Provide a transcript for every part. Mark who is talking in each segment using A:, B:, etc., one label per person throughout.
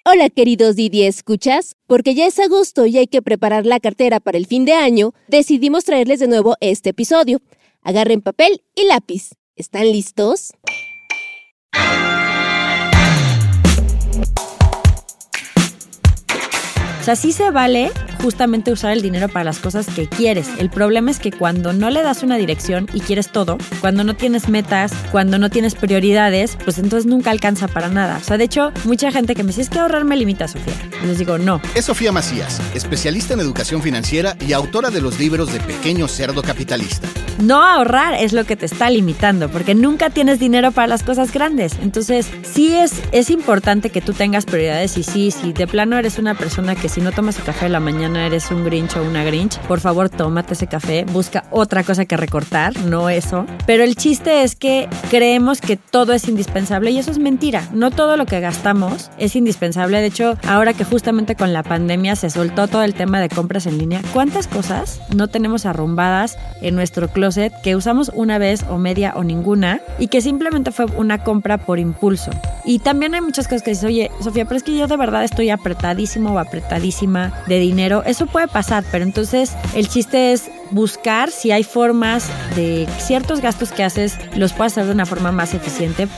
A: Hola queridos Didi Escuchas, porque ya es agosto y hay que preparar la cartera para el fin de año, decidimos traerles de nuevo este episodio. Agarren papel y lápiz. ¿Están listos?
B: O sea, sí se vale justamente usar el dinero para las cosas que quieres. El problema es que cuando no le das una dirección y quieres todo, cuando no tienes metas, cuando no tienes prioridades, pues entonces nunca alcanza para nada. O sea, de hecho, mucha gente que me dice, es que ahorrar me limita, Sofía. Y les digo, no.
C: Es Sofía Macías, especialista en educación financiera y autora de los libros de Pequeño Cerdo Capitalista.
B: No ahorrar es lo que te está limitando, porque nunca tienes dinero para las cosas grandes. Entonces, sí es importante que tú tengas prioridades y sí, si de plano eres una persona que si no tomas el café de la mañana eres un Grinch o una Grinch, por favor, tómate ese café, busca otra cosa que recortar, no eso. Pero el chiste es que creemos que todo es indispensable y eso es mentira. No todo lo que gastamos es indispensable. De hecho, ahora que justamente con la pandemia se soltó todo el tema de compras en línea, ¿cuántas cosas no tenemos arrumbadas en nuestro closet que usamos una vez o media o ninguna y que simplemente fue una compra por impulso? Y también hay muchas cosas que dices, oye, Sofía, pero es que yo de verdad estoy apretadísimo o apretadísima de dinero. Eso puede pasar, pero entonces el chiste es buscar si hay formas de ciertos gastos que haces, los puedas hacer de una forma más eficiente.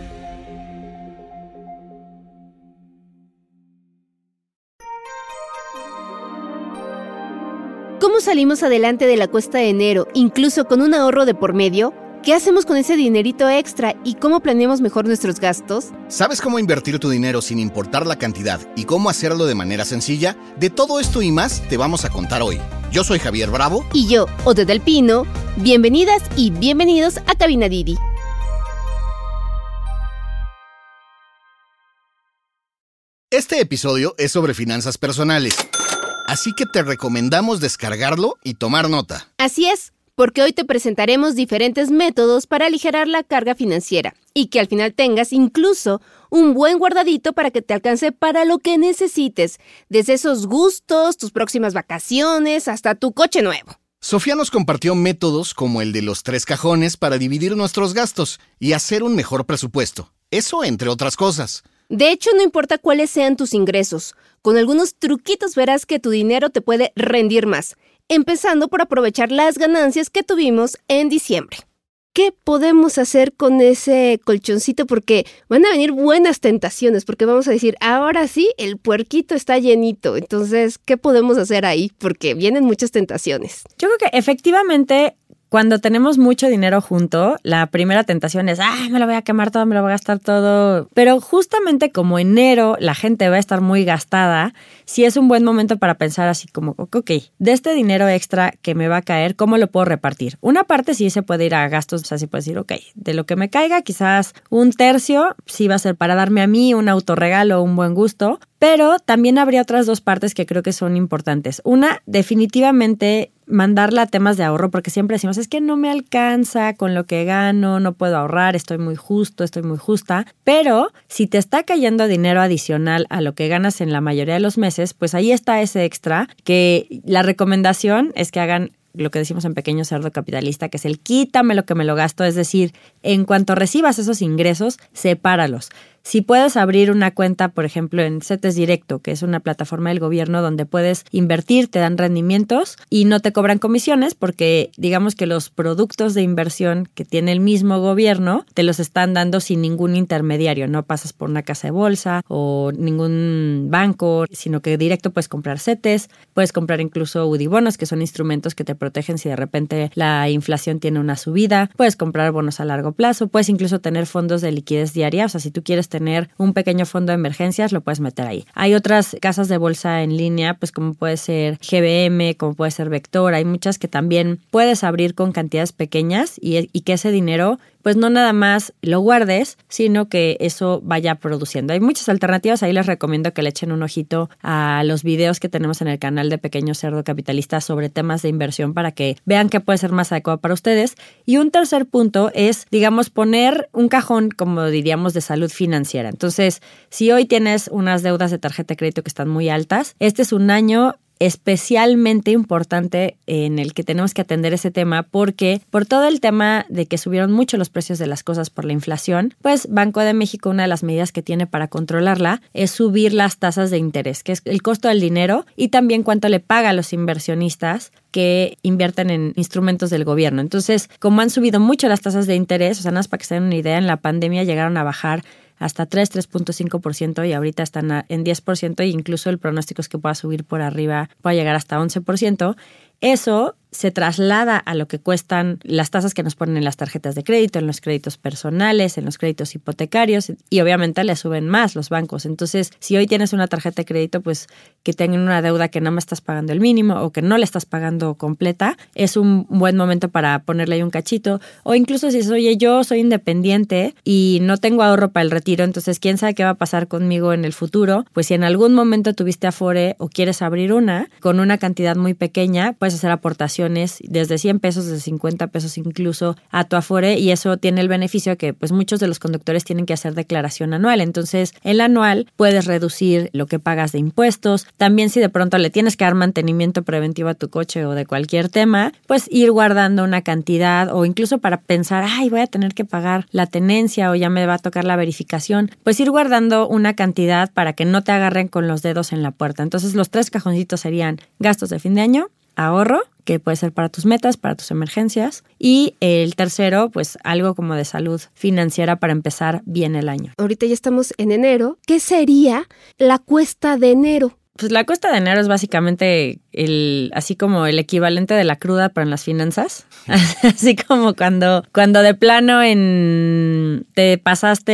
A: ¿Cómo salimos adelante de la cuesta de enero, incluso con un ahorro de por medio? ¿Qué hacemos con ese dinerito extra y cómo planeamos mejor nuestros gastos?
C: ¿Sabes cómo invertir tu dinero sin importar la cantidad y cómo hacerlo de manera sencilla? De todo esto y más te vamos a contar hoy. Yo soy Javier Bravo.
A: Y yo, Ode del Pino. Bienvenidas y bienvenidos a Cabina Didi.
C: Este episodio es sobre finanzas personales, así que te recomendamos descargarlo y tomar nota.
A: Así es, porque hoy te presentaremos diferentes métodos para aligerar la carga financiera y que al final tengas incluso un buen guardadito para que te alcance para lo que necesites, desde esos gustos, tus próximas vacaciones, hasta tu coche nuevo.
C: Sofía nos compartió métodos como el de los 3 cajones para dividir nuestros gastos y hacer un mejor presupuesto. Eso entre otras cosas.
A: De hecho, no importa cuáles sean tus ingresos, con algunos truquitos verás que tu dinero te puede rendir más, empezando por aprovechar las ganancias que tuvimos en diciembre. ¿Qué podemos hacer con ese colchoncito? Porque van a venir buenas tentaciones, porque vamos a decir, ahora sí, el puerquito está llenito. Entonces, ¿qué podemos hacer ahí? Porque vienen muchas tentaciones.
B: Yo creo que efectivamente, cuando tenemos mucho dinero junto, la primera tentación es, me lo voy a quemar todo, me lo voy a gastar todo. Pero justamente como enero la gente va a estar muy gastada, sí es un buen momento para pensar así como, ok, de este dinero extra que me va a caer, ¿cómo lo puedo repartir? Una parte sí se puede ir a gastos, o sea, sí puedes decir, ok, de lo que me caiga, quizás un tercio sí va a ser para darme a mí un autorregalo o un buen gusto, pero también habría otras 2 partes que creo que son importantes. Una, definitivamente mandarla a temas de ahorro, porque siempre decimos, es que no me alcanza con lo que gano, no puedo ahorrar, estoy muy justo, estoy muy justa. Pero si te está cayendo dinero adicional a lo que ganas en la mayoría de los meses, pues ahí está ese extra, que la recomendación es que hagan lo que decimos en Pequeño Cerdo Capitalista, que es el quítame lo que me lo gasto, es decir, en cuanto recibas esos ingresos, sepáralos. Si puedes abrir una cuenta, por ejemplo, en CETES Directo, que es una plataforma del gobierno donde puedes invertir, te dan rendimientos y no te cobran comisiones porque digamos que los productos de inversión que tiene el mismo gobierno te los están dando sin ningún intermediario. No pasas por una casa de bolsa o ningún banco, sino que directo puedes comprar CETES, puedes comprar incluso UDIbonos, que son instrumentos que te protegen si de repente la inflación tiene una subida. Puedes comprar bonos a largo plazo, puedes incluso tener fondos de liquidez diaria. O sea, si tú quieres tener un pequeño fondo de emergencias, lo puedes meter ahí. Hay otras casas de bolsa en línea, pues como puede ser GBM, como puede ser Vector. Hay muchas que también puedes abrir con cantidades pequeñas y que ese dinero pues no nada más lo guardes, sino que eso vaya produciendo. Hay muchas alternativas, ahí les recomiendo que le echen un ojito a los videos que tenemos en el canal de Pequeño Cerdo Capitalista sobre temas de inversión para que vean qué puede ser más adecuado para ustedes. Y un tercer punto es, digamos, poner un cajón, como diríamos, de salud financiera. Entonces, si hoy tienes unas deudas de tarjeta de crédito que están muy altas, este es un año especialmente importante en el que tenemos que atender ese tema porque por todo el tema de que subieron mucho los precios de las cosas por la inflación, pues Banco de México, una de las medidas que tiene para controlarla es subir las tasas de interés, que es el costo del dinero y también cuánto le paga a los inversionistas que invierten en instrumentos del gobierno. Entonces, como han subido mucho las tasas de interés, o sea, nada más para que se den una idea, en la pandemia llegaron a bajar hasta 3.5% y ahorita están en 10% e incluso el pronóstico es que pueda subir por arriba, pueda llegar hasta 11%. Eso se traslada a lo que cuestan las tasas que nos ponen en las tarjetas de crédito, en los créditos personales, en los créditos hipotecarios y obviamente le suben más los bancos. Entonces, si hoy tienes una tarjeta de crédito, pues que tengan una deuda que no me estás pagando el mínimo o que no le estás pagando completa, es un buen momento para ponerle ahí un cachito. O incluso si dices, oye, yo soy independiente y no tengo ahorro para el retiro, entonces quién sabe qué va a pasar conmigo en el futuro, pues si en algún momento tuviste Afore o quieres abrir una, con una cantidad muy pequeña, puedes hacer aportaciones desde 100 pesos, desde 50 pesos incluso a tu Afore y eso tiene el beneficio de que pues muchos de los conductores tienen que hacer declaración anual. Entonces, el anual puedes reducir lo que pagas de impuestos. También si de pronto le tienes que dar mantenimiento preventivo a tu coche o de cualquier tema, pues ir guardando una cantidad o incluso para pensar, ay, voy a tener que pagar la tenencia o ya me va a tocar la verificación, pues ir guardando una cantidad para que no te agarren con los dedos en la puerta. Entonces, los 3 cajoncitos serían gastos de fin de año, ahorro, que puede ser para tus metas, para tus emergencias. Y el tercero, pues algo como de salud financiera para empezar bien el año.
A: Ahorita ya estamos en enero. ¿Qué sería la cuesta de enero?
B: Pues la cuesta de enero es básicamente así como el equivalente de la cruda, pero en las finanzas. Así como cuando de plano te pasaste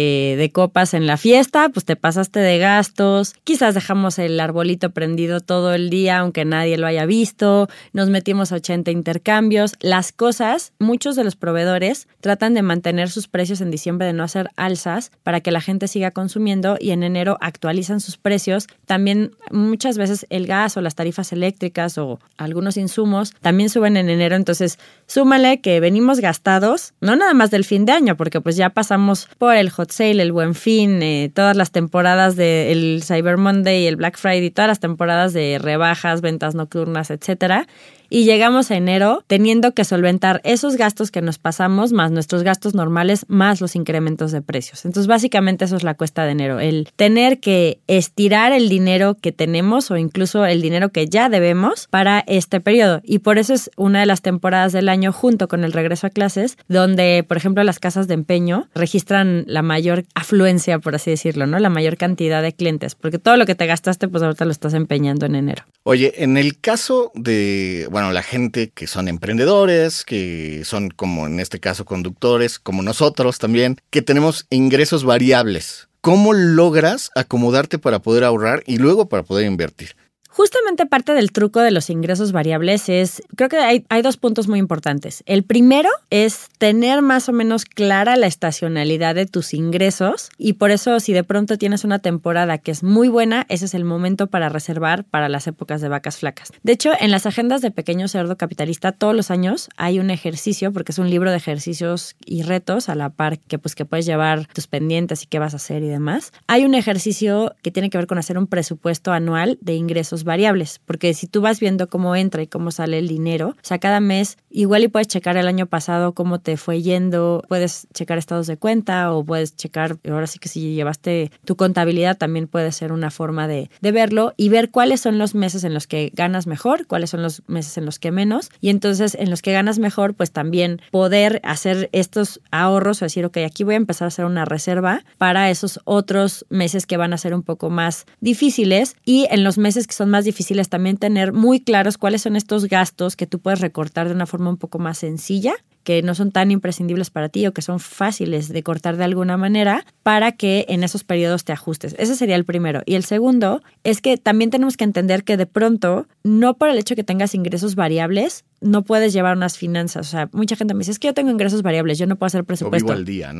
B: de copas en la fiesta, pues te pasaste de gastos. Quizás dejamos el arbolito prendido todo el día, aunque nadie lo haya visto. Nos metimos a 80 intercambios. Las cosas, muchos de los proveedores tratan de mantener sus precios en diciembre, de no hacer alzas para que la gente siga consumiendo y en enero actualizan sus precios. También muchas veces el gas o las tarifas eléctricas o algunos insumos también suben en enero, entonces súmale que venimos gastados, no nada más del fin de año, porque pues ya pasamos por el Hot Sale, el Buen Fin, todas las temporadas del Cyber Monday, el Black Friday, todas las temporadas de rebajas, ventas nocturnas, etcétera. Y llegamos a enero teniendo que solventar esos gastos que nos pasamos, más nuestros gastos normales, más los incrementos de precios. Entonces, básicamente eso es la cuesta de enero, el tener que estirar el dinero que tenemos o incluso el dinero que ya debemos para este periodo. Y por eso es una de las temporadas del año junto con el regreso a clases, donde, por ejemplo, las casas de empeño registran la mayor afluencia, por así decirlo, ¿no? La mayor cantidad de clientes, porque todo lo que te gastaste, pues ahorita lo estás empeñando en enero.
C: Oye, en el caso de, la gente que son emprendedores, que son como en este caso conductores, como nosotros también, que tenemos ingresos variables, ¿cómo logras acomodarte para poder ahorrar y luego para poder invertir?
B: Justamente parte del truco de los ingresos variables creo que hay 2 puntos muy importantes. El primero es tener más o menos clara la estacionalidad de tus ingresos y por eso si de pronto tienes una temporada que es muy buena, ese es el momento para reservar para las épocas de vacas flacas. De hecho, en las agendas de Pequeño Cerdo Capitalista todos los años hay un ejercicio, porque es un libro de ejercicios y retos a la par que puedes llevar tus pendientes y qué vas a hacer y demás. Hay un ejercicio que tiene que ver con hacer un presupuesto anual de ingresos variables, porque si tú vas viendo cómo entra y cómo sale el dinero, o sea, cada mes igual y puedes checar el año pasado cómo te fue yendo, puedes checar estados de cuenta o puedes checar, ahora sí que si llevaste tu contabilidad también puede ser una forma de verlo y ver cuáles son los meses en los que ganas mejor, cuáles son los meses en los que menos y entonces en los que ganas mejor pues también poder hacer estos ahorros o decir, ok, aquí voy a empezar a hacer una reserva para esos otros meses que van a ser un poco más difíciles y en los meses que son más difíciles también tener muy claros cuáles son estos gastos que tú puedes recortar de una forma un poco más sencilla, que no son tan imprescindibles para ti o que son fáciles de cortar de alguna manera para que en esos periodos te ajustes. Ese sería el primero. Y el segundo es que también tenemos que entender que de pronto, no por el hecho que tengas ingresos variables, no puedes llevar unas finanzas. O sea, mucha gente me dice, es que yo tengo ingresos variables, yo no puedo hacer presupuesto.
C: O vivo al día, ¿no?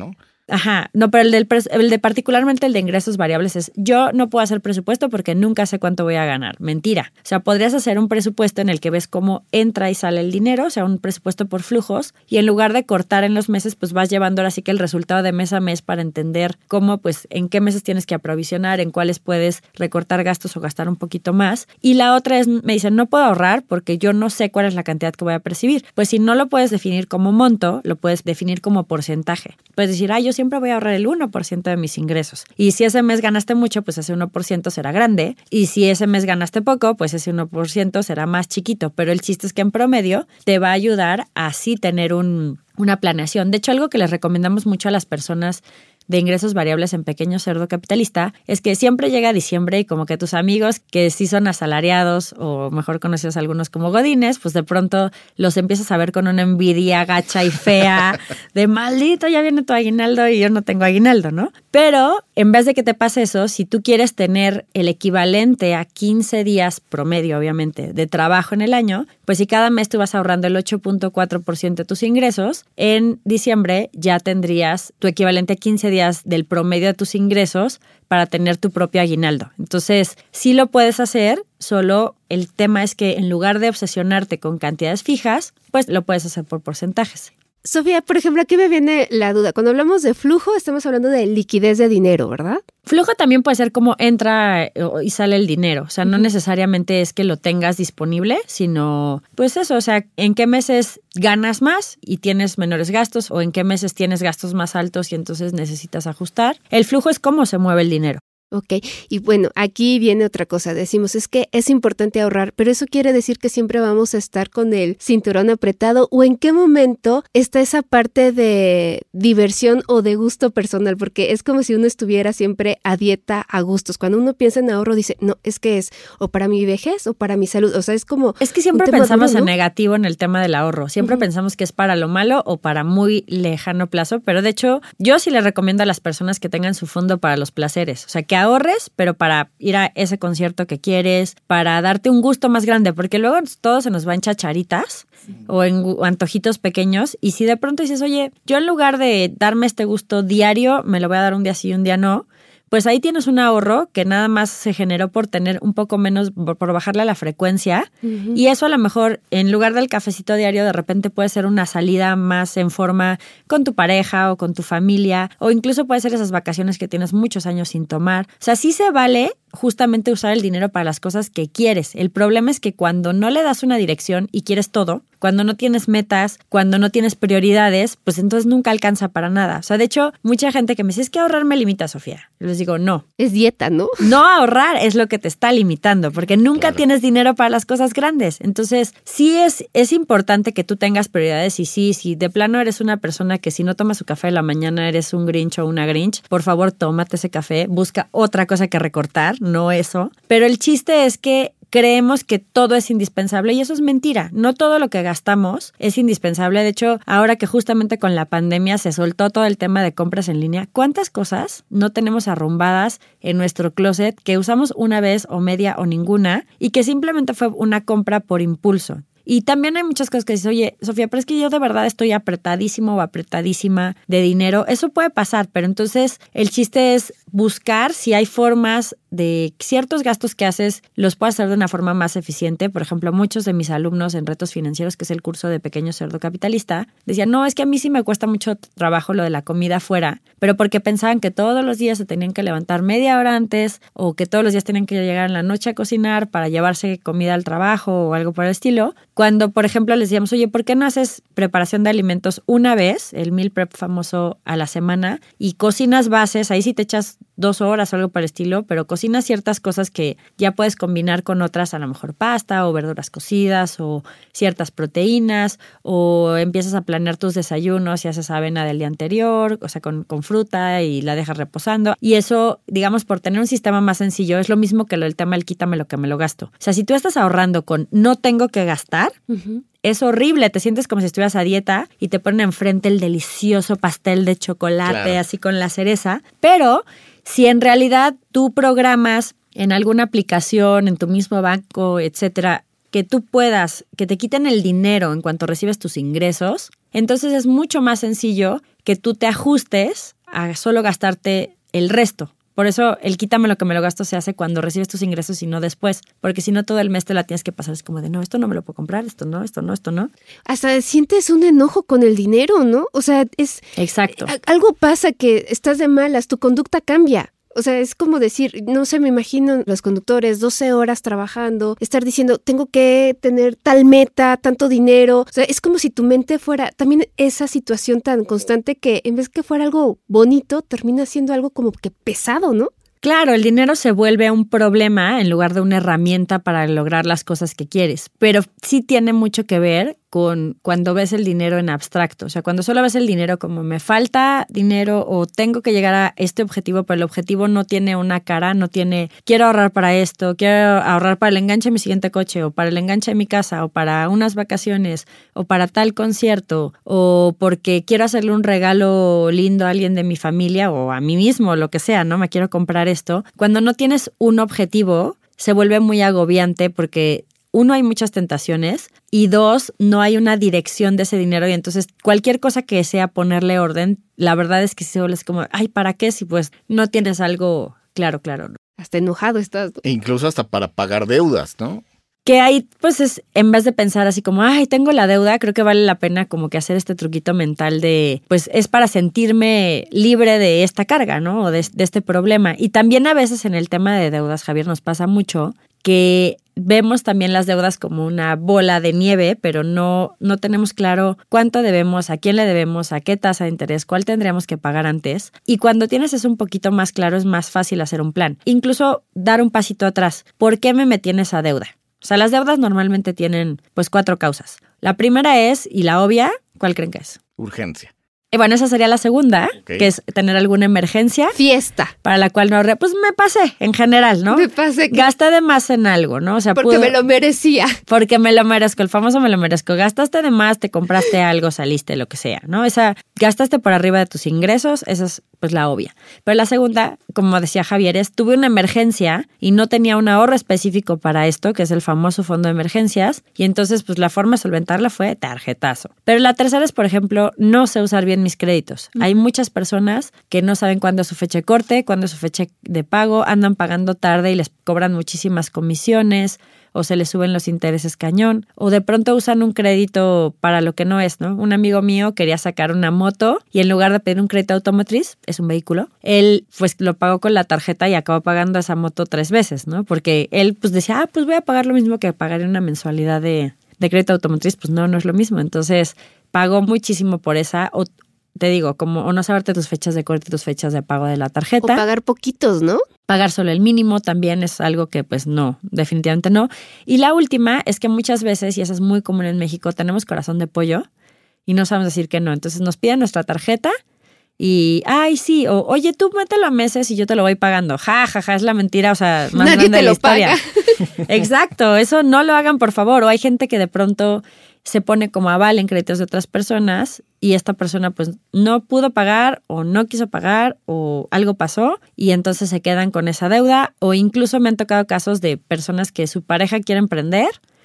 B: Ajá, no, pero el de particularmente el de ingresos variables es, yo no puedo hacer presupuesto porque nunca sé cuánto voy a ganar. Mentira. O sea, podrías hacer un presupuesto en el que ves cómo entra y sale el dinero, o sea, un presupuesto por flujos, y en lugar de cortar en los meses, pues vas llevando ahora sí que el resultado de mes a mes para entender cómo, pues, en qué meses tienes que aprovisionar, en cuáles puedes recortar gastos o gastar un poquito más. Y la otra es, me dicen, no puedo ahorrar porque yo no sé cuál es la cantidad que voy a percibir. Pues si no lo puedes definir como monto, lo puedes definir como porcentaje. Puedes decir, yo siempre voy a ahorrar el 1% de mis ingresos. Y si ese mes ganaste mucho, pues ese 1% será grande. Y si ese mes ganaste poco, pues ese 1% será más chiquito. Pero el chiste es que en promedio te va a ayudar a así tener una planeación. De hecho, algo que les recomendamos mucho a las personas de ingresos variables en Pequeño Cerdo Capitalista es que siempre llega diciembre y como que tus amigos que sí son asalariados o mejor conocidos algunos como godines, pues de pronto los empiezas a ver con una envidia gacha y fea de maldito, ya viene tu aguinaldo y yo no tengo aguinaldo, ¿no? Pero en vez de que te pase eso, si tú quieres tener el equivalente a 15 días promedio, obviamente, de trabajo en el año, pues si cada mes tú vas ahorrando el 8.4% de tus ingresos, en diciembre ya tendrías tu equivalente a 15 días del promedio de tus ingresos para tener tu propio aguinaldo. Entonces, sí lo puedes hacer, solo el tema es que en lugar de obsesionarte con cantidades fijas, pues lo puedes hacer por porcentajes.
A: Sofía, por ejemplo, aquí me viene la duda. Cuando hablamos de flujo, estamos hablando de liquidez de dinero, ¿verdad?
B: Flujo también puede ser como entra y sale el dinero. O sea, no necesariamente es que lo tengas disponible, sino pues eso, o sea, en qué meses ganas más y tienes menores gastos o en qué meses tienes gastos más altos y entonces necesitas ajustar. El flujo es cómo se mueve el dinero.
A: Ok, y bueno, aquí viene otra cosa. Decimos, es que es importante ahorrar, pero eso quiere decir que siempre vamos a estar con el cinturón apretado, o en qué momento está esa parte de diversión o de gusto personal, porque es como si uno estuviera siempre a dieta, a gustos. Cuando uno piensa en ahorro dice, no, es que es o para mi vejez o para mi salud, o sea, es como...
B: Es que siempre pensamos en negativo en el tema del ahorro, siempre pensamos que es para lo malo o para muy lejano plazo, pero de hecho yo sí les recomiendo a las personas que tengan su fondo para los placeres, o sea, que ahorres, pero para ir a ese concierto que quieres, para darte un gusto más grande, porque luego todo se nos va en chacharitas o en antojitos pequeños, y si de pronto dices, oye, yo en lugar de darme este gusto diario, me lo voy a dar un día sí y un día no, pues ahí tienes un ahorro que nada más se generó por tener un poco menos, por bajarle a la frecuencia. Y eso a lo mejor, en lugar del cafecito diario, de repente puede ser una salida más en forma con tu pareja o con tu familia, o incluso puede ser esas vacaciones que tienes muchos años sin tomar. O sea, sí se vale justamente usar el dinero para las cosas que quieres. El problema es que cuando no le das una dirección y quieres todo, cuando no tienes metas, cuando no tienes prioridades, pues entonces nunca alcanza para nada. O sea, de hecho, mucha gente que me dice, es que ahorrar me limita, Sofía. Yo les digo, no.
A: Es dieta, ¿no?
B: No ahorrar es lo que te está limitando, porque nunca tienes dinero para las cosas grandes. Entonces, sí es importante que tú tengas prioridades, y sí, si de plano eres una persona que si no tomas su café en la mañana eres un Grinch o una Grinch, por favor, tómate ese café, busca otra cosa que recortar, no eso. Pero el chiste es que creemos que todo es indispensable y eso es mentira. No todo lo que gastamos es indispensable. De hecho, ahora que justamente con la pandemia se soltó todo el tema de compras en línea, ¿cuántas cosas no tenemos arrumbadas en nuestro closet que usamos una vez o media o ninguna y que simplemente fue una compra por impulso? Y también hay muchas cosas que dices, oye, Sofía, pero es que yo de verdad estoy apretadísimo o apretadísima de dinero. Eso puede pasar, pero entonces el chiste es buscar si hay formas de ciertos gastos que haces, los puedes hacer de una forma más eficiente. Por ejemplo, muchos de mis alumnos en Retos Financieros, que es el curso de Pequeño Cerdo Capitalista, decían, no, es que a mí sí me cuesta mucho trabajo lo de la comida afuera, pero porque pensaban que todos los días se tenían que levantar media hora antes o que todos los días tenían que llegar en la noche a cocinar para llevarse comida al trabajo o algo por el estilo. Cuando, por ejemplo, les decíamos, oye, ¿por qué no haces preparación de alimentos una vez, el meal prep famoso, a la semana, y cocinas bases? Ahí sí te echas 2 horas o algo por el estilo, pero cocinas ciertas cosas que ya puedes combinar con otras, a lo mejor pasta o verduras cocidas o ciertas proteínas, o empiezas a planear tus desayunos y haces avena del día anterior, o sea, con fruta y la dejas reposando. Y eso, digamos, por tener un sistema más sencillo, es lo mismo que el tema del quítame lo que me lo gasto. O sea, si tú estás ahorrando con no tengo que gastar, es horrible, te sientes como si estuvieras a dieta y te ponen enfrente el delicioso pastel de chocolate, así con la cereza, pero si en realidad tú programas en alguna aplicación, en tu mismo banco, etcétera, que tú puedas, que te quiten el dinero en cuanto recibes tus ingresos, entonces es mucho más sencillo que tú te ajustes a solo gastarte el resto. Por eso el quítame lo que me lo gasto se hace cuando recibes tus ingresos y no después. Porque si no, todo el mes te la tienes que pasar. Es como de, no, esto no me lo puedo comprar, esto no, esto no, esto no.
A: Hasta sientes un enojo con el dinero, ¿no? O sea, es...
B: Exacto.
A: Algo pasa que estás de malas, tu conducta cambia. O sea, es como decir, no sé, me imagino los conductores 12 horas trabajando, estar diciendo, tengo que tener tal meta, tanto dinero. O sea, es como si tu mente fuera también esa situación tan constante que en vez que fuera algo bonito, termina siendo algo como que pesado, ¿no?
B: Claro, el dinero se vuelve un problema en lugar de una herramienta para lograr las cosas que quieres, pero sí tiene mucho que ver con cuando ves el dinero en abstracto. O sea, cuando solo ves el dinero como me falta dinero o tengo que llegar a este objetivo, pero el objetivo no tiene una cara, no tiene quiero ahorrar para esto, quiero ahorrar para el enganche de mi siguiente coche o para el enganche de mi casa o para unas vacaciones o para tal concierto o porque quiero hacerle un regalo lindo a alguien de mi familia o a mí mismo, lo que sea, ¿no? Me quiero comprar esto. Cuando no tienes un objetivo, se vuelve muy agobiante porque uno, hay muchas tentaciones y dos, no hay una dirección de ese dinero y entonces cualquier cosa que sea ponerle orden, la verdad es que se vuelve como, ay, ¿para qué? Si pues no tienes algo claro, ¿no?
A: Hasta enojado estás.
C: E incluso hasta para pagar deudas, ¿no?
B: Que ahí, pues es, en vez de pensar así como, ay, tengo la deuda, creo que vale la pena como que hacer este truquito mental de, pues es para sentirme libre de esta carga, ¿no? O de este problema. Y también a veces en el tema de deudas, Javier, nos pasa mucho que vemos también las deudas como una bola de nieve, pero no tenemos claro cuánto debemos, a quién le debemos, a qué tasa de interés, cuál tendríamos que pagar antes. Y cuando tienes eso un poquito más claro, es más fácil hacer un plan. Incluso dar un pasito atrás. ¿Por qué me metí en esa deuda? O sea, las deudas normalmente tienen pues 4 causas. La primera es, y la obvia, ¿cuál creen que es?
C: Urgencia.
B: Y bueno, esa sería la segunda,
C: Okay.
B: que es tener alguna emergencia.
A: Fiesta.
B: Para la cual no pues me pasé en general, ¿no?
A: Me pasé que...
B: Gasté de más en algo, ¿no? O sea,
A: porque me lo merecía.
B: Porque me lo merezco, el famoso me lo merezco. Gastaste de más, te compraste algo, saliste, lo que sea, ¿no? Gastaste por arriba de tus ingresos, esa es pues la obvia. Pero la segunda, como decía Javier, es tuve una emergencia y no tenía un ahorro específico para esto, que es el famoso fondo de emergencias, y entonces pues la forma de solventarla fue tarjetazo. Pero la tercera es, por ejemplo, no sé usar bien mis créditos. Hay muchas personas que no saben cuándo es su fecha de corte, cuándo es su fecha de pago, andan pagando tarde y les cobran muchísimas comisiones o se les suben los intereses cañón, o de pronto usan un crédito para lo que no es, ¿no? Un amigo mío quería sacar una moto y en lugar de pedir un crédito automotriz, es un vehículo, él pues lo pagó con la tarjeta y acabó pagando esa moto 3 veces, ¿no? Porque él pues decía, pues voy a pagar lo mismo que pagar en una mensualidad de crédito automotriz, pues no es lo mismo. Entonces pagó muchísimo por esa, o te digo, como o no saberte tus fechas de corte y tus fechas de pago de la tarjeta.
A: O pagar poquitos, ¿no?
B: Pagar solo el mínimo también es algo que pues no, definitivamente no. Y la última es que muchas veces, y eso es muy común en México, tenemos corazón de pollo y no sabemos decir que no. Entonces nos piden nuestra tarjeta y, ay, sí, o oye, tú mételo a meses y yo te lo voy pagando. Ja, es la mentira, o sea, más
A: Nadie
B: grande
A: te
B: de la
A: lo
B: historia.
A: paga.
B: Exacto, eso no lo hagan, por favor. O hay gente que de pronto se pone como aval en créditos de otras personas y esta persona pues no pudo pagar o no quiso pagar o algo pasó y entonces se quedan con esa deuda, o incluso me han tocado casos de personas que su pareja quiere emprender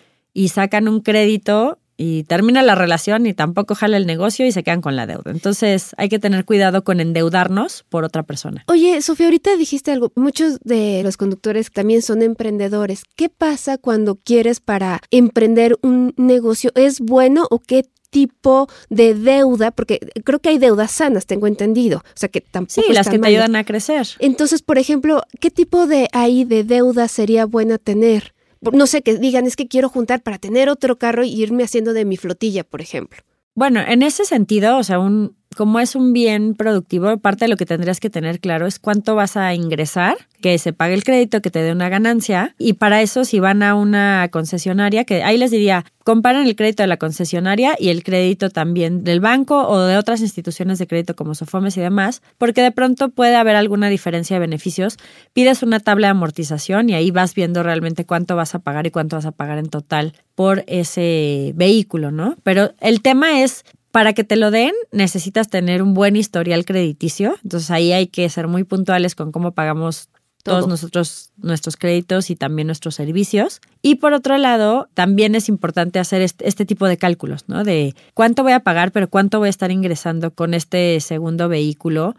B: y sacan un crédito y termina la relación y tampoco jala el negocio y se quedan con la deuda. Entonces hay que tener cuidado con endeudarnos por otra persona.
A: Oye, Sofía, ahorita dijiste algo. Muchos de los conductores también son emprendedores. ¿Qué pasa cuando quieres para emprender un negocio? ¿Es bueno o qué tipo de deuda? Porque creo que hay deudas sanas, tengo entendido. O sea, que tampoco
B: Sí, las que te
A: mal.
B: ayudan a crecer.
A: Entonces, por ejemplo, ¿qué tipo de deuda sería buena tener? No sé, que digan, es que quiero juntar para tener otro carro y irme haciendo de mi flotilla, por ejemplo.
B: Bueno, en ese sentido, o sea, como es un bien productivo, parte de lo que tendrías que tener claro es cuánto vas a ingresar, que se pague el crédito, que te dé una ganancia. Y para eso, si van a una concesionaria, que ahí les diría, comparen el crédito de la concesionaria y el crédito también del banco o de otras instituciones de crédito como Sofomes y demás, porque de pronto puede haber alguna diferencia de beneficios. Pides una tabla de amortización y ahí vas viendo realmente cuánto vas a pagar y cuánto vas a pagar en total por ese vehículo, ¿no? Pero el tema es, para que te lo den, necesitas tener un buen historial crediticio. Entonces ahí hay que ser muy puntuales con cómo pagamos todos nosotros nuestros créditos y también nuestros servicios. Y por otro lado, también es importante hacer este tipo de cálculos, ¿no? De cuánto voy a pagar, pero cuánto voy a estar ingresando con este segundo vehículo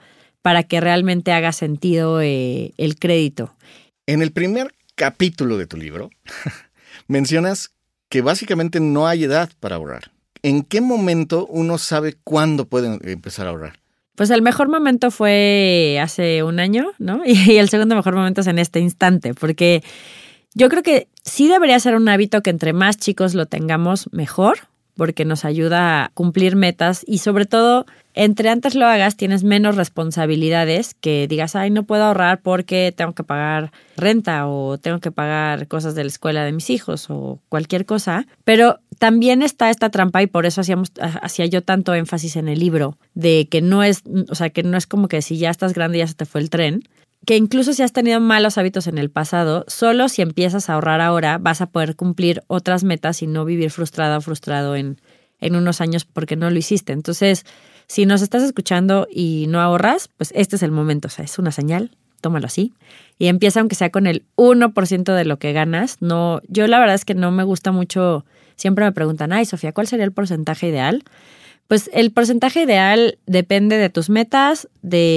B: para que realmente haga sentido el crédito.
C: En el primer capítulo de tu libro mencionas que básicamente no hay edad para ahorrar. ¿En qué momento uno sabe cuándo puede empezar a ahorrar?
B: Pues el mejor momento fue hace un año, ¿no? Y el segundo mejor momento es en este instante, porque yo creo que sí debería ser un hábito que entre más chicos lo tengamos, mejor, porque nos ayuda a cumplir metas y sobre todo, entre antes lo hagas, tienes menos responsabilidades que digas, ay, no puedo ahorrar porque tengo que pagar renta o tengo que pagar cosas de la escuela de mis hijos o cualquier cosa. Pero también está esta trampa y por eso hacía yo tanto énfasis en el libro de que no es, o sea, que no es como que si ya estás grande ya se te fue el tren. Que incluso si has tenido malos hábitos en el pasado, solo si empiezas a ahorrar ahora vas a poder cumplir otras metas y no vivir frustrada o frustrado en unos años porque no lo hiciste. Entonces, si nos estás escuchando y no ahorras, pues este es el momento. O sea, es una señal, tómalo así. Y empieza aunque sea con el 1% de lo que ganas. No, yo la verdad es que no me gusta mucho, siempre me preguntan, ay, Sofía, ¿cuál sería el porcentaje ideal? Pues el porcentaje ideal depende de tus metas,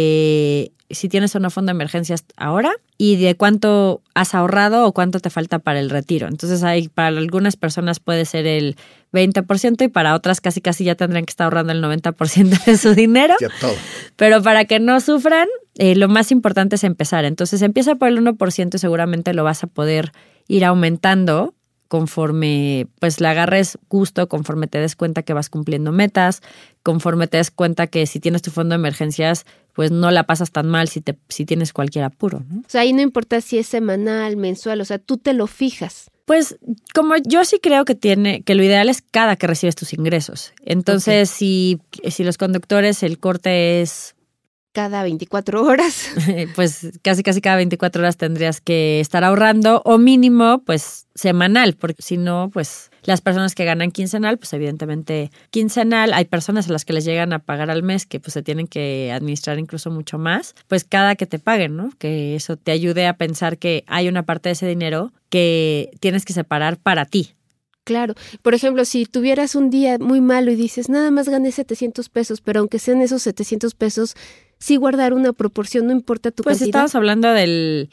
B: de si tienes o no fondo de emergencias ahora y de cuánto has ahorrado o cuánto te falta para el retiro. Entonces, para algunas personas puede ser el 20% y para otras casi ya tendrían que estar ahorrando el 90% de su dinero.
C: Ya todo.
B: Pero para que no sufran, lo más importante es empezar. Entonces, empieza por el 1% y seguramente lo vas a poder ir aumentando conforme pues le agarres gusto, conforme te des cuenta que vas cumpliendo metas, conforme te des cuenta que si tienes tu fondo de emergencias, pues no la pasas tan mal si tienes cualquier apuro, ¿no?
A: O sea, ahí no importa si es semanal, mensual, o sea, tú te lo fijas.
B: Pues como yo sí creo que lo ideal es cada que recibes tus ingresos. Entonces, si los conductores, el corte es
A: cada 24 horas.
B: Pues casi cada 24 horas tendrías que estar ahorrando o mínimo pues semanal, porque si no, pues las personas que ganan quincenal, pues evidentemente quincenal, hay personas a las que les llegan a pagar al mes que pues se tienen que administrar incluso mucho más, pues cada que te paguen, ¿no? Que eso te ayude a pensar que hay una parte de ese dinero que tienes que separar para ti.
A: Claro. Por ejemplo, si tuvieras un día muy malo y dices, nada más gané 700 pesos, pero aunque sean esos 700 pesos, sí guardar una proporción, no importa tu
B: cantidad. Pues estamos hablando del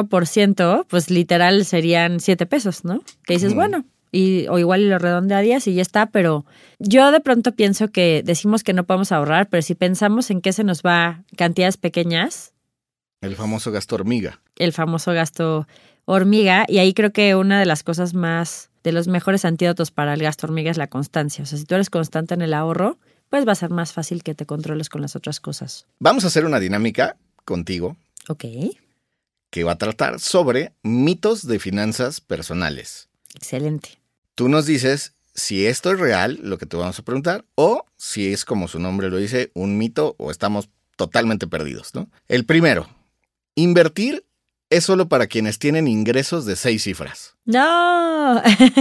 B: 1%, pues literal serían 7 pesos, ¿no? Que dices, bueno, o igual lo redondearías y ya está, pero yo de pronto pienso que decimos que no podemos ahorrar, pero si pensamos en qué se nos va cantidades pequeñas.
C: El famoso gasto hormiga.
B: El famoso gasto hormiga, y ahí creo que una de las cosas de los mejores antídotos para el gasto hormiga es la constancia. O sea, si tú eres constante en el ahorro, pues va a ser más fácil que te controles con las otras cosas.
C: Vamos a hacer una dinámica contigo.
B: Ok.
C: Que va a tratar sobre mitos de finanzas personales.
B: Excelente.
C: Tú nos dices si esto es real, lo que te vamos a preguntar, o si es como su nombre lo dice, un mito o estamos totalmente perdidos, ¿no? El primero, invertir es solo para quienes tienen ingresos de 6 cifras.
B: No,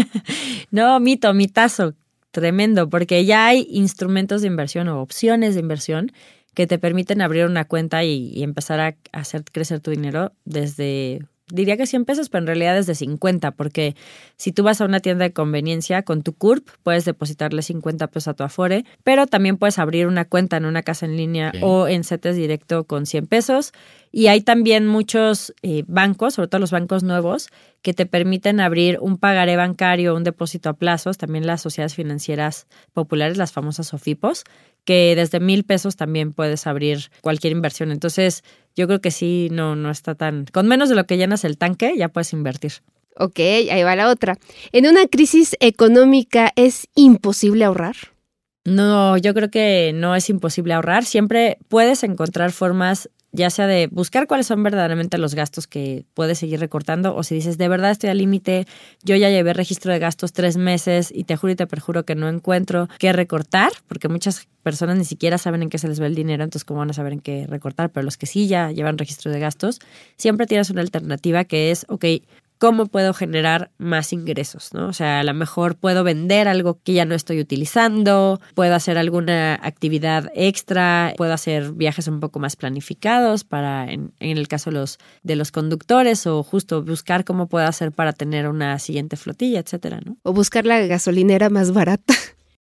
B: no, mitazo, tremendo, porque ya hay instrumentos de inversión o opciones de inversión que te permiten abrir una cuenta y empezar a hacer crecer tu dinero desde, diría que 100 pesos, pero en realidad desde 50, porque si tú vas a una tienda de conveniencia con tu CURP, puedes depositarle 50 pesos a tu Afore, pero también puedes abrir una cuenta en una casa en línea o en CETES directo con 100 pesos. Y hay también muchos bancos, sobre todo los bancos nuevos, que te permiten abrir un pagaré bancario, un depósito a plazos, también las sociedades financieras populares, las famosas SOFIPOS, que desde 1,000 pesos también puedes abrir cualquier inversión. Entonces, yo creo que sí, no está tan... Con menos de lo que llenas el tanque, ya puedes invertir.
A: Ok, ahí va la otra. ¿En una crisis económica es imposible ahorrar?
B: No, yo creo que no es imposible ahorrar. Siempre puedes encontrar formas, ya sea de buscar cuáles son verdaderamente los gastos que puedes seguir recortando, o si dices, de verdad estoy al límite, yo ya llevé registro de gastos 3 meses y te juro y te perjuro que no encuentro qué recortar, porque muchas personas ni siquiera saben en qué se les va el dinero, entonces cómo van a saber en qué recortar, pero los que sí ya llevan registro de gastos, siempre tienes una alternativa que es, ok, ¿cómo puedo generar más ingresos, ¿no? O sea, a lo mejor puedo vender algo que ya no estoy utilizando, puedo hacer alguna actividad extra, puedo hacer viajes un poco más planificados para, en el caso de los conductores, o justo buscar cómo puedo hacer para tener una siguiente flotilla, etcétera, ¿no?
A: O buscar la gasolinera más barata.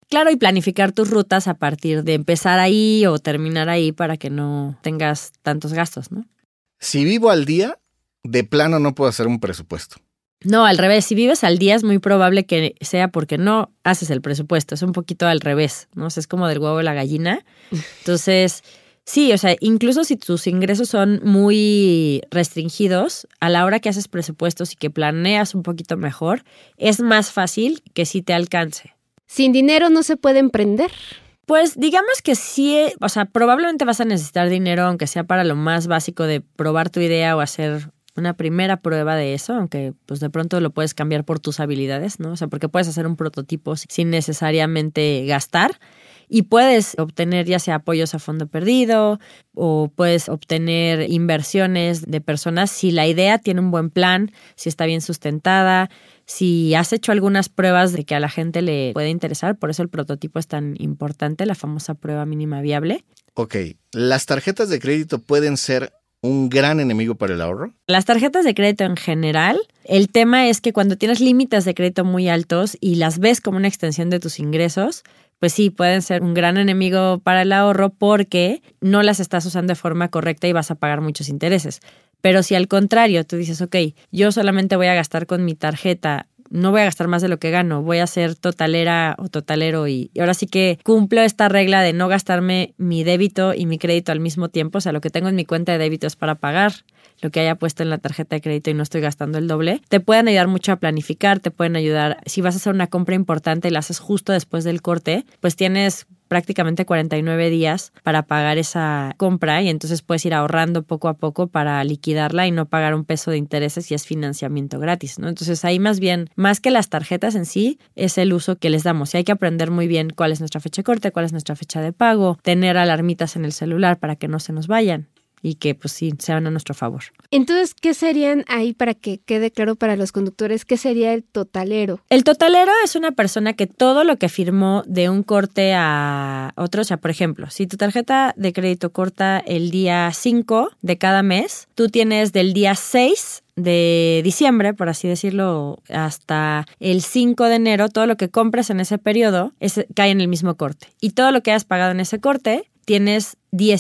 B: Claro, y planificar tus rutas a partir de empezar ahí o terminar ahí para que no tengas tantos gastos, ¿no?
C: Si vivo al día, de plano no puedo hacer un presupuesto.
B: No, al revés. Si vives al día es muy probable que sea porque no haces el presupuesto. Es un poquito al revés, ¿no? O sea, es como del huevo y la gallina. Entonces, sí, o sea, incluso si tus ingresos son muy restringidos, a la hora que haces presupuestos y que planeas un poquito mejor, es más fácil que sí te alcance.
A: ¿Sin dinero no se puede emprender?
B: Pues digamos que sí, o sea, probablemente vas a necesitar dinero, aunque sea para lo más básico de probar tu idea o hacer una primera prueba de eso, aunque pues de pronto lo puedes cambiar por tus habilidades, ¿no? O sea, porque puedes hacer un prototipo sin necesariamente gastar y puedes obtener ya sea apoyos a fondo perdido o puedes obtener inversiones de personas si la idea tiene un buen plan, si está bien sustentada, si has hecho algunas pruebas de que a la gente le puede interesar. Por eso el prototipo es tan importante, la famosa prueba mínima viable.
C: Ok, ¿las tarjetas de crédito pueden ser un gran enemigo para el ahorro?
B: Las tarjetas de crédito en general, el tema es que cuando tienes límites de crédito muy altos y las ves como una extensión de tus ingresos, pues sí, pueden ser un gran enemigo para el ahorro porque no las estás usando de forma correcta y vas a pagar muchos intereses. Pero si al contrario tú dices, ok, yo solamente voy a gastar con mi tarjeta, no voy a gastar más de lo que gano, voy a ser totalera o totalero y ahora sí que cumplo esta regla de no gastarme mi débito y mi crédito al mismo tiempo. O sea, lo que tengo en mi cuenta de débito es para pagar lo que haya puesto en la tarjeta de crédito y no estoy gastando el doble. Te pueden ayudar mucho a planificar, te pueden ayudar, si vas a hacer una compra importante y la haces justo después del corte, pues tienes prácticamente 49 días para pagar esa compra y entonces puedes ir ahorrando poco a poco para liquidarla y no pagar un peso de intereses y es financiamiento gratis, ¿no? Entonces ahí más bien, más que las tarjetas en sí, es el uso que les damos y hay que aprender muy bien cuál es nuestra fecha de corte, cuál es nuestra fecha de pago, tener alarmitas en el celular para que no se nos vayan y que pues sí, sean a nuestro favor.
A: Entonces, ¿qué serían ahí para que quede claro para los conductores? ¿Qué sería el totalero?
B: El totalero es una persona que todo lo que firmó de un corte a otro, o sea, por ejemplo, si tu tarjeta de crédito corta el día 5 de cada mes, tú tienes del día 6 de diciembre, por así decirlo, hasta el 5 de enero, todo lo que compres en ese periodo cae en el mismo corte. Y todo lo que hayas pagado en ese corte, tienes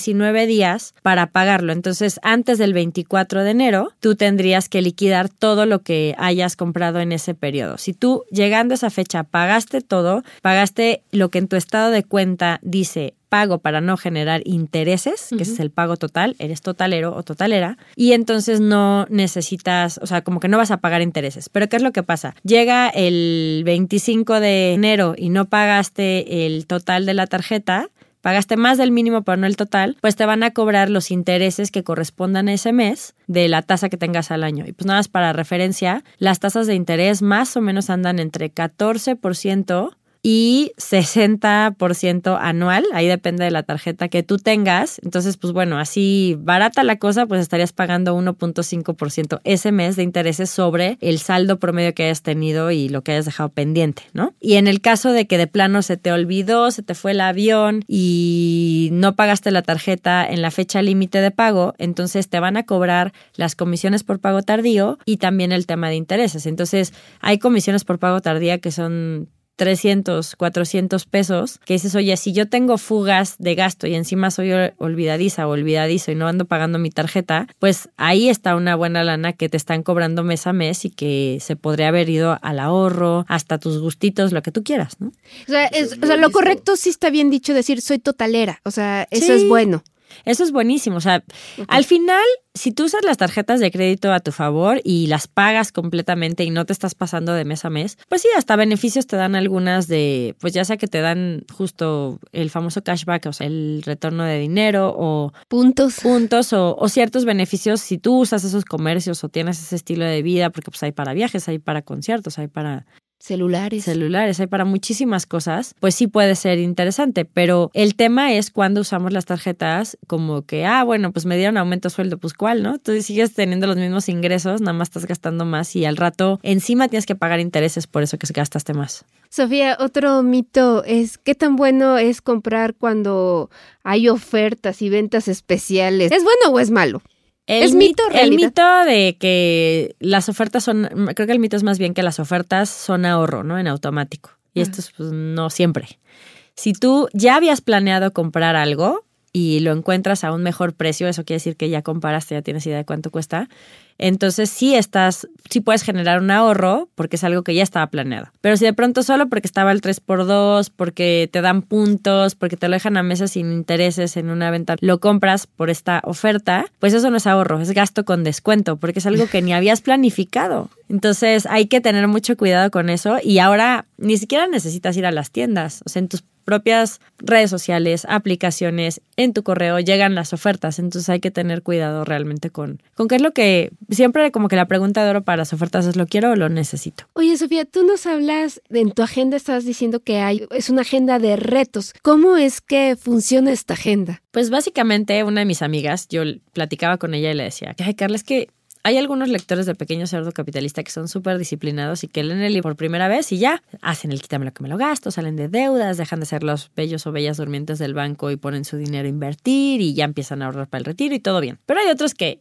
B: 19 días para pagarlo. Entonces, antes del 24 de enero, tú tendrías que liquidar todo lo que hayas comprado en ese periodo. Si tú, llegando a esa fecha, pagaste todo, pagaste lo que en tu estado de cuenta dice pago para no generar intereses, que ese es el pago total, eres totalero o totalera, y entonces no necesitas, o sea, como que no vas a pagar intereses. Pero ¿qué es lo que pasa? Llega el 25 de enero y no pagaste el total de la tarjeta, pagaste más del mínimo pero no el total, pues te van a cobrar los intereses que correspondan a ese mes de la tasa que tengas al año. Y pues nada más para referencia, las tasas de interés más o menos andan entre 14% y 60% anual, ahí depende de la tarjeta que tú tengas. Entonces, pues bueno, así barata la cosa, pues estarías pagando 1.5% ese mes de intereses sobre el saldo promedio que hayas tenido y lo que hayas dejado pendiente, ¿no? Y en el caso de que de plano se te olvidó, se te fue el avión y no pagaste la tarjeta en la fecha límite de pago, entonces te van a cobrar las comisiones por pago tardío y también el tema de intereses. Entonces, hay comisiones por pago tardía que son 300, 400 pesos, que dices, oye, si yo tengo fugas de gasto y encima soy olvidadiza o olvidadizo y no ando pagando mi tarjeta, pues ahí está una buena lana que te están cobrando mes a mes y que se podría haber ido al ahorro, hasta tus gustitos, lo que tú quieras, ¿no?
A: O sea, lo correcto sí está bien dicho decir soy totalera, o sea, eso es bueno.
B: Eso es buenísimo. O sea, al final, si tú usas las tarjetas de crédito a tu favor y las pagas completamente y no te estás pasando de mes a mes, pues sí, hasta beneficios te dan algunas de, pues ya sea que te dan justo el famoso cashback, o sea, el retorno de dinero o
A: puntos
B: o ciertos beneficios si tú usas esos comercios o tienes ese estilo de vida, porque pues hay para viajes, hay para conciertos, hay para celulares, hay para muchísimas cosas, pues sí puede ser interesante, pero el tema es cuando usamos las tarjetas como que, bueno, pues me dieron aumento de sueldo, pues ¿cuál, no? Tú sigues teniendo los mismos ingresos, nada más estás gastando más y al rato encima tienes que pagar intereses por eso que gastaste más.
A: Sofía, otro mito es ¿qué tan bueno es comprar cuando hay ofertas y ventas especiales? ¿Es bueno o es malo? ¿Es mito o realidad?
B: El mito de que las ofertas son, creo que el mito es más bien que las ofertas son ahorro, ¿no? En automático. Y esto es pues, no siempre. Si tú ya habías planeado comprar algo y lo encuentras a un mejor precio, eso quiere decir que ya comparaste, ya tienes idea de cuánto cuesta, entonces sí puedes generar un ahorro porque es algo que ya estaba planeado. Pero si de pronto solo porque estaba el 3x2, porque te dan puntos, porque te lo dejan a meses sin intereses en una venta, lo compras por esta oferta, pues eso no es ahorro, es gasto con descuento, porque es algo que ni habías planificado. Entonces hay que tener mucho cuidado con eso y ahora ni siquiera necesitas ir a las tiendas, o sea, en tus propias redes sociales, aplicaciones, en tu correo llegan las ofertas, entonces hay que tener cuidado realmente con qué es lo que siempre como que la pregunta de oro para las ofertas es ¿lo quiero o lo necesito?
A: Oye, Sofía, tú nos hablas, en tu agenda estabas diciendo que es una agenda de retos. ¿Cómo es que funciona esta agenda?
B: Pues básicamente una de mis amigas, yo platicaba con ella y le decía, ay Carla, es que hay algunos lectores de Pequeño Cerdo Capitalista que son súper disciplinados y que leen el libro por primera vez y ya hacen el quítame lo que me lo gasto, salen de deudas, dejan de ser los bellos o bellas durmientes del banco y ponen su dinero a invertir y ya empiezan a ahorrar para el retiro y todo bien. Pero hay otros que,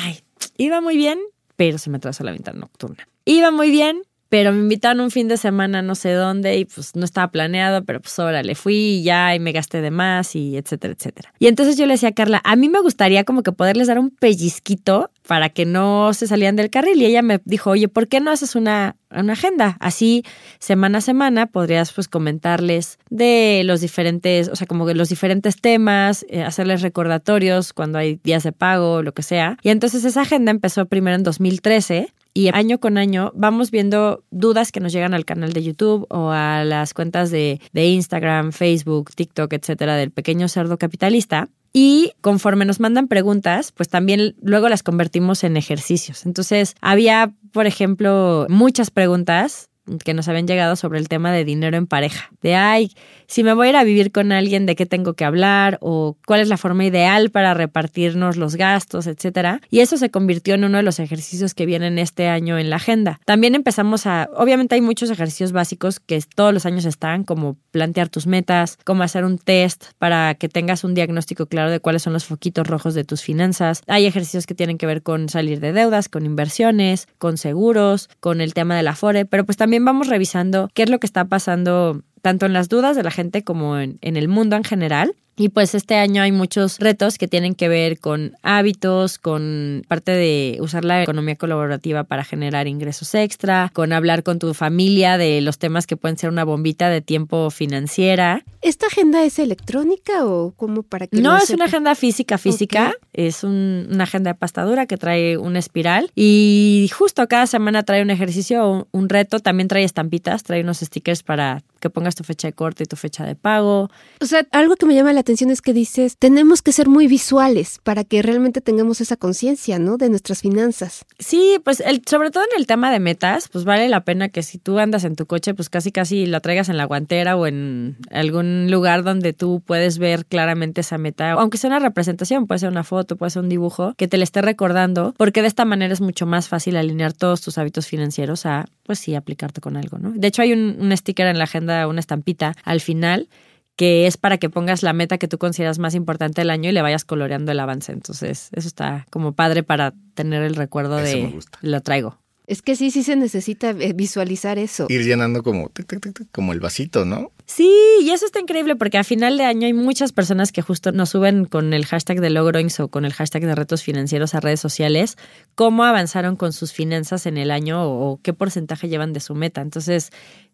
B: iba muy bien, pero se me atrasó la venta nocturna. Iba muy bien, pero me invitaron un fin de semana no sé dónde y pues no estaba planeado, pero pues órale, fui y ya y me gasté de más y etcétera, etcétera. Y entonces yo le decía a Carla, a mí me gustaría como que poderles dar un pellizquito para que no se salían del carril. Y ella me dijo, oye, ¿por qué no haces una agenda? Así, semana a semana, podrías pues comentarles de los diferentes, o sea, como que los diferentes temas, hacerles recordatorios cuando hay días de pago, lo que sea. Y entonces esa agenda empezó primero en 2013 y año con año vamos viendo dudas que nos llegan al canal de YouTube o a las cuentas de Instagram, Facebook, TikTok, etcétera, del Pequeño Cerdo Capitalista. Y conforme nos mandan preguntas, pues también luego las convertimos en ejercicios. Entonces, había, por ejemplo, muchas preguntas que nos habían llegado sobre el tema de dinero en pareja. De, si me voy a ir a vivir con alguien, ¿de qué tengo que hablar? O cuál es la forma ideal para repartirnos los gastos, etcétera. Y eso se convirtió en uno de los ejercicios que vienen este año en la agenda. También empezamos obviamente hay muchos ejercicios básicos que todos los años están, como plantear tus metas, como hacer un test para que tengas un diagnóstico claro de cuáles son los foquitos rojos de tus finanzas. Hay ejercicios que tienen que ver con salir de deudas, con inversiones, con seguros, con el tema del Afore, pero pues también vamos revisando qué es lo que está pasando tanto en las dudas de la gente como en el mundo en general. Y pues este año hay muchos retos que tienen que ver con hábitos, con parte de usar la economía colaborativa para generar ingresos extra, con hablar con tu familia de los temas que pueden ser una bombita de tiempo financiera.
A: ¿Esta agenda es electrónica o cómo para que
B: no es una agenda física? Okay. Es una agenda de pasta dura que trae una espiral y justo cada semana trae un ejercicio o un reto. También trae estampitas, trae unos stickers para que pongas tu fecha de corte y tu fecha de pago.
A: O sea, algo que me llama la atención es que dices, tenemos que ser muy visuales para que realmente tengamos esa conciencia, ¿no? De nuestras finanzas.
B: Sí, pues sobre todo en el tema de metas, pues vale la pena que si tú andas en tu coche, pues casi la traigas en la guantera o en algún lugar donde tú puedes ver claramente esa meta, aunque sea una representación, puede ser una foto, puede ser un dibujo, que te le esté recordando, porque de esta manera es mucho más fácil alinear todos tus hábitos financieros a, pues sí, aplicarte con algo, ¿no? De hecho, hay un sticker en la agenda, una estampita al final, que es para que pongas la meta que tú consideras más importante del año y le vayas coloreando el avance. Entonces, eso está como padre para tener el recuerdo eso de lo traigo.
A: Es que sí se necesita visualizar eso.
C: Ir llenando como el vasito, ¿no?
B: Sí, y eso está increíble porque a final de año hay muchas personas que justo nos suben con el hashtag de Logroins o con el hashtag de retos financieros a redes sociales cómo avanzaron con sus finanzas en el año o qué porcentaje llevan de su meta. Entonces,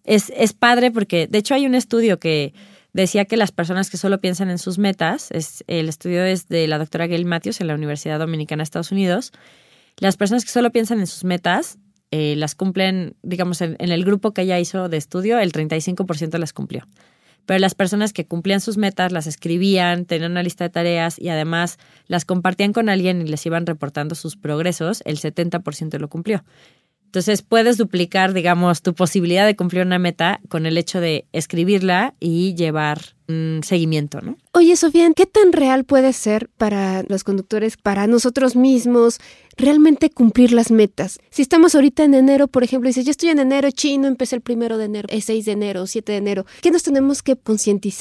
B: es padre porque de hecho hay un estudio que decía que las personas que solo piensan en sus metas, el estudio es de la doctora Gail Matthews en la Universidad Dominicana de Estados Unidos, las personas que solo piensan en sus metas las cumplen, digamos, en el grupo que ella hizo de estudio, el 35% las cumplió. Pero las personas que cumplían sus metas, las escribían, tenían una lista de tareas y además las compartían con alguien y les iban reportando sus progresos, el 70% lo cumplió. Entonces puedes duplicar, digamos, tu posibilidad de cumplir una meta con el hecho de escribirla y llevar un seguimiento, ¿no?
A: Oye, Sofía, ¿qué tan real puede ser para los conductores, para nosotros mismos, realmente cumplir las metas? Si estamos ahorita en enero, por ejemplo, y dices, yo estoy en enero, no empecé el 1 de enero, es 6 de enero, 7 de enero, ¿qué nos tenemos que concientizar?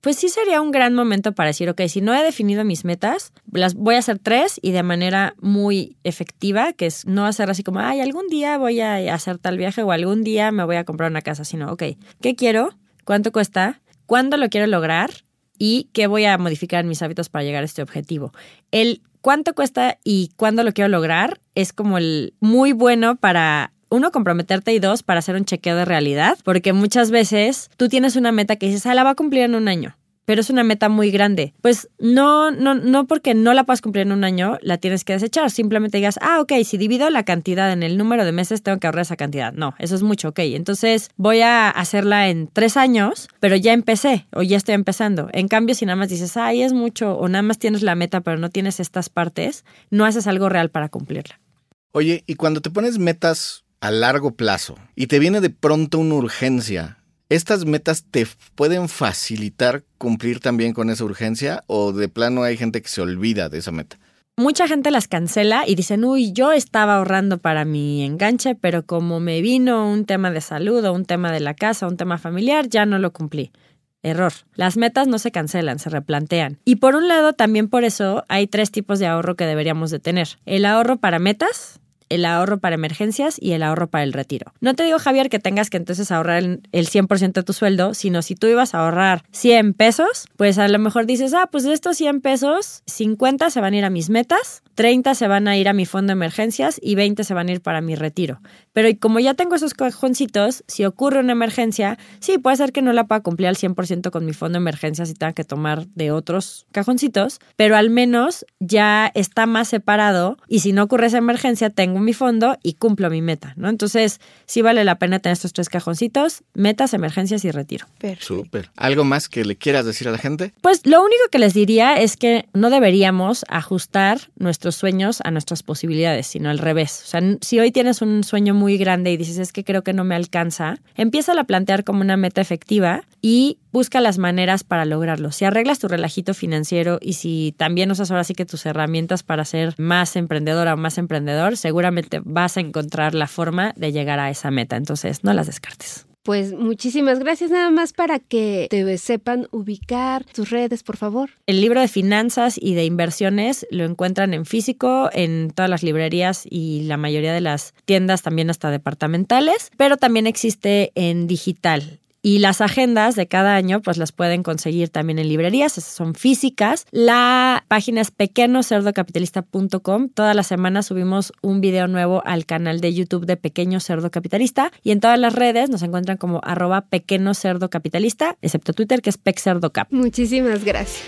B: pues sí sería un gran momento para decir, ok, si no he definido mis metas, las voy a hacer 3 y de manera muy efectiva, que es no hacer así como, ay, algún día voy a hacer tal viaje o algún día me voy a comprar una casa, sino, ok, ¿qué quiero? ¿Cuánto cuesta? ¿Cuándo lo quiero lograr? ¿Y qué voy a modificar en mis hábitos para llegar a este objetivo? El cuánto cuesta y cuándo lo quiero lograr es como el muy bueno para, 1, comprometerte y 2, para hacer un chequeo de realidad, porque muchas veces tú tienes una meta que dices, la va a cumplir en un año, pero es una meta muy grande. Pues no porque no la puedas cumplir en un año, la tienes que desechar. Simplemente digas, ok, si divido la cantidad en el número de meses, tengo que ahorrar esa cantidad. No, eso es mucho, ok. Entonces voy a hacerla en 3 años, pero ya empecé o ya estoy empezando. En cambio, si nada más dices, es mucho, o nada más tienes la meta, pero no tienes estas partes, no haces algo real para cumplirla.
C: Oye, y cuando te pones metas a largo plazo y te viene de pronto una urgencia, ¿estas metas te pueden facilitar cumplir también con esa urgencia o de plano hay gente que se olvida de esa meta?
B: Mucha gente las cancela y dicen, yo estaba ahorrando para mi enganche, pero como me vino un tema de salud o un tema de la casa, un tema familiar, ya no lo cumplí. Error. Las metas no se cancelan, se replantean. Y por un lado, también por eso hay 3 tipos de ahorro que deberíamos de tener. El ahorro para metas, el ahorro para emergencias y el ahorro para el retiro. No te digo, Javier, que tengas que entonces ahorrar el 100% de tu sueldo, sino si tú ibas a ahorrar 100 pesos, pues a lo mejor dices, pues de estos 100 pesos, 50 se van a ir a mis metas, 30 se van a ir a mi fondo de emergencias y 20 se van a ir para mi retiro. Pero como ya tengo esos cajoncitos, si ocurre una emergencia, sí, puede ser que no la pueda cumplir al 100% con mi fondo de emergencias y tenga que tomar de otros cajoncitos, pero al menos ya está más separado y si no ocurre esa emergencia, tengo mi fondo y cumplo mi meta, ¿no? Entonces, sí vale la pena tener estos 3 cajoncitos, metas, emergencias y retiro.
A: Perfecto.
C: Súper. ¿Algo más que le quieras decir a la gente?
B: Pues lo único que les diría es que no deberíamos ajustar nuestros sueños a nuestras posibilidades, sino al revés. O sea, si hoy tienes un sueño muy grande y dices, es que creo que no me alcanza, empiézala a plantear como una meta efectiva y busca las maneras para lograrlo. Si arreglas tu relajito financiero y si también usas ahora sí que tus herramientas para ser más emprendedora o más emprendedor, seguramente vas a encontrar la forma de llegar a esa meta. Entonces, no las descartes.
A: Pues muchísimas gracias. Nada más para que te sepan ubicar tus redes, por favor.
B: El libro de finanzas y de inversiones lo encuentran en físico, en todas las librerías y la mayoría de las tiendas, también hasta departamentales, pero también existe en digital. Y las agendas de cada año pues las pueden conseguir también en librerías, esas son físicas. La página es pequeñocerdocapitalista.com. Todas las semanas subimos un video nuevo al canal de YouTube de Pequeño Cerdo Capitalista y en todas las redes nos encuentran como @pequeñocerdocapitalista, excepto Twitter que es PecCerdoCap.
A: Muchísimas gracias.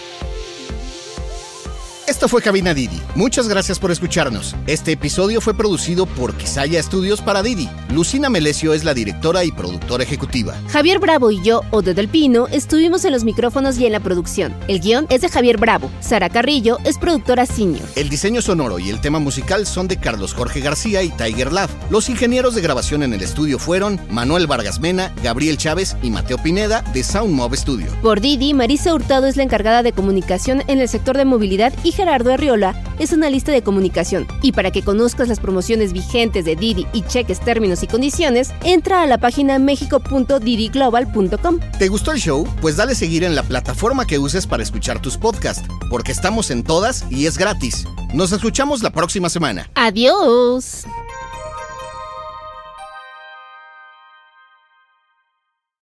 C: Esto fue Cabina Didi. Muchas gracias por escucharnos. Este episodio fue producido por Quisaya Estudios para Didi. Lucina Melesio es la directora y productora ejecutiva.
A: Javier Bravo y yo, Ode del Pino, estuvimos en los micrófonos y en la producción. El guión es de Javier Bravo. Sara Carrillo es productora senior.
C: El diseño sonoro y el tema musical son de Carlos Jorge García y Tiger Lab. Los ingenieros de grabación en el estudio fueron Manuel Vargas Mena, Gabriel Chávez y Mateo Pineda de Soundmob Studio.
A: Por Didi, Marisa Hurtado es la encargada de comunicación en el sector de movilidad y Gerardo Arriola es analista de comunicación. Y para que conozcas las promociones vigentes de Didi y cheques términos y condiciones, entra a la página mexico.didiglobal.com.
C: ¿Te gustó el show? Pues dale seguir en la plataforma que uses para escuchar tus podcasts, porque estamos en todas y es gratis. Nos escuchamos la próxima semana.
A: ¡Adiós!